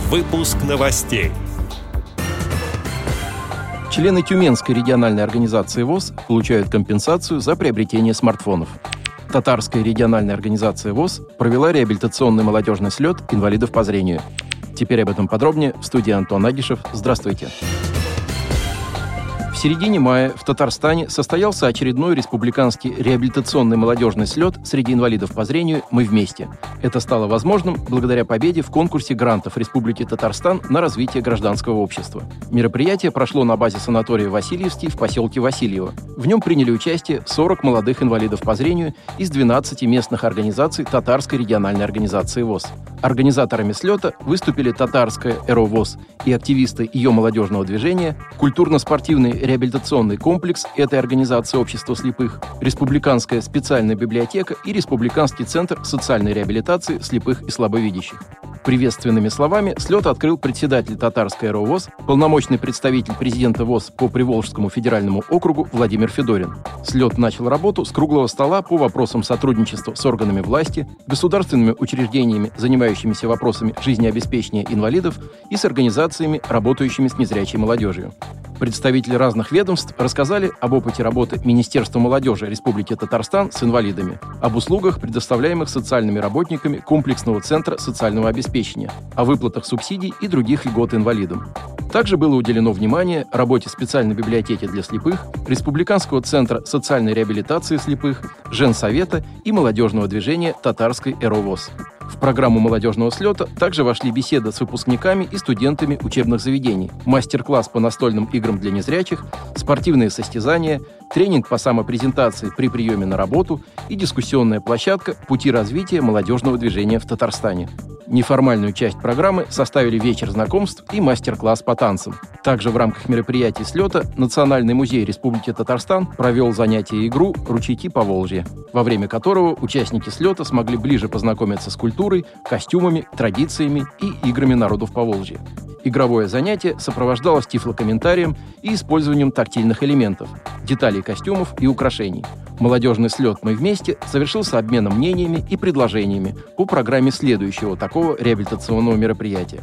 Выпуск новостей. Члены Тюменской региональной организации ВОС получают компенсацию за приобретение смартфонов. Татарская региональная организация ВОС провела реабилитационный молодежный слет инвалидов по зрению. Теперь об этом подробнее в студии Антон Агишев. Здравствуйте. В середине мая в Татарстане состоялся очередной республиканский реабилитационный молодежный слет среди инвалидов по зрению «Мы вместе». Это стало возможным благодаря победе в конкурсе грантов Республики Татарстан на развитие гражданского общества. Мероприятие прошло на базе санатория Васильевский в поселке Васильево. В нем приняли участие 40 молодых инвалидов по зрению из 12 местных организаций Татарской региональной организации ВОС. Организаторами слета выступили Татарская РО ВОС и активисты ее молодежного движения, культурно-спортивный реабилитационный комплекс этой организации общества слепых, Республиканская специальная библиотека и Республиканский центр социальной реабилитации слепых и слабовидящих. Приветственными словами слет открыл председатель Татарской РО ВОС, полномочный представитель президента ВОС по Приволжскому федеральному округу Владимир Федорин. Слет начал работу с круглого стола по вопросам сотрудничества с органами власти, государственными учреждениями, занимающимися вопросами жизнеобеспечения инвалидов, и с организациями, работающими с незрячей молодежью. Представители разных ведомств рассказали об опыте работы Министерства молодежи Республики Татарстан с инвалидами, об услугах, предоставляемых социальными работниками комплексного центра социального обеспечения, о выплатах субсидий и других льгот инвалидам. Также было уделено внимание работе специальной библиотеки для слепых, Республиканского центра социальной реабилитации слепых, Женсовета и молодежного движения Татарской РО ВОС. В программу молодежного слета также вошли беседы с выпускниками и студентами учебных заведений, мастер-класс по настольным играм для незрячих, спортивные состязания, тренинг по самопрезентации при приеме на работу и дискуссионная площадка «Пути развития молодежного движения в Татарстане». Неформальную часть программы составили вечер знакомств и мастер-класс по танцам. Также в рамках мероприятий слета Национальный музей Республики Татарстан провел занятие-игру «Ручейки Поволжья», во время которого участники слета смогли ближе познакомиться с культурой, костюмами, традициями и играми народов Поволжья. Игровое занятие сопровождалось тифлокомментарием и использованием тактильных элементов, деталей костюмов и украшений. Молодежный слет «Мы вместе» завершился обменом мнениями и предложениями по программе следующего такого реабилитационного мероприятия.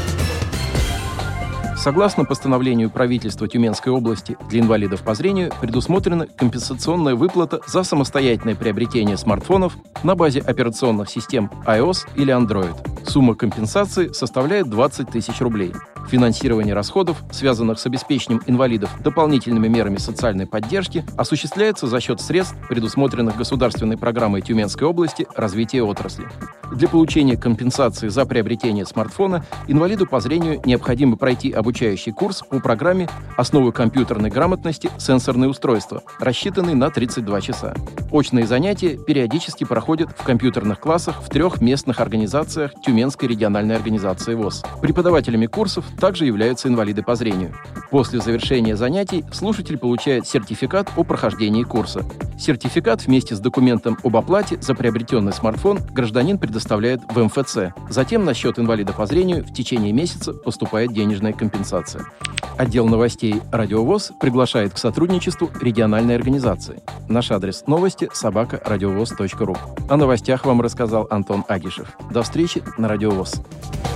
Согласно постановлению правительства Тюменской области, для инвалидов по зрению предусмотрена компенсационная выплата за самостоятельное приобретение смартфонов на базе операционных систем iOS или Android. Сумма компенсации составляет 20 тысяч рублей. Финансирование расходов, связанных с обеспечением инвалидов дополнительными мерами социальной поддержки, осуществляется за счет средств, предусмотренных государственной программой Тюменской области развития отрасли. Для получения компенсации за приобретение смартфона инвалиду по зрению необходимо пройти обучающий курс по программе «Основы компьютерной грамотности. Сенсорные устройства», рассчитанный на 32 часа. Очные занятия периодически проходят в компьютерных классах в 3 местных организациях Тюменской региональной организации ВОС. Преподавателями курсов также являются инвалиды по зрению. После завершения занятий слушатель получает сертификат о прохождении курса. Сертификат вместе с документом об оплате за приобретенный смартфон гражданин предоставляет в МФЦ. Затем на счет инвалида по зрению в течение месяца поступает денежная компенсация. Отдел новостей «Радио ВОС» приглашает к сотрудничеству региональной организации. Наш адрес новости @радиовос.ру. О новостях вам рассказал Антон Агишев. До встречи на Радио ВОС.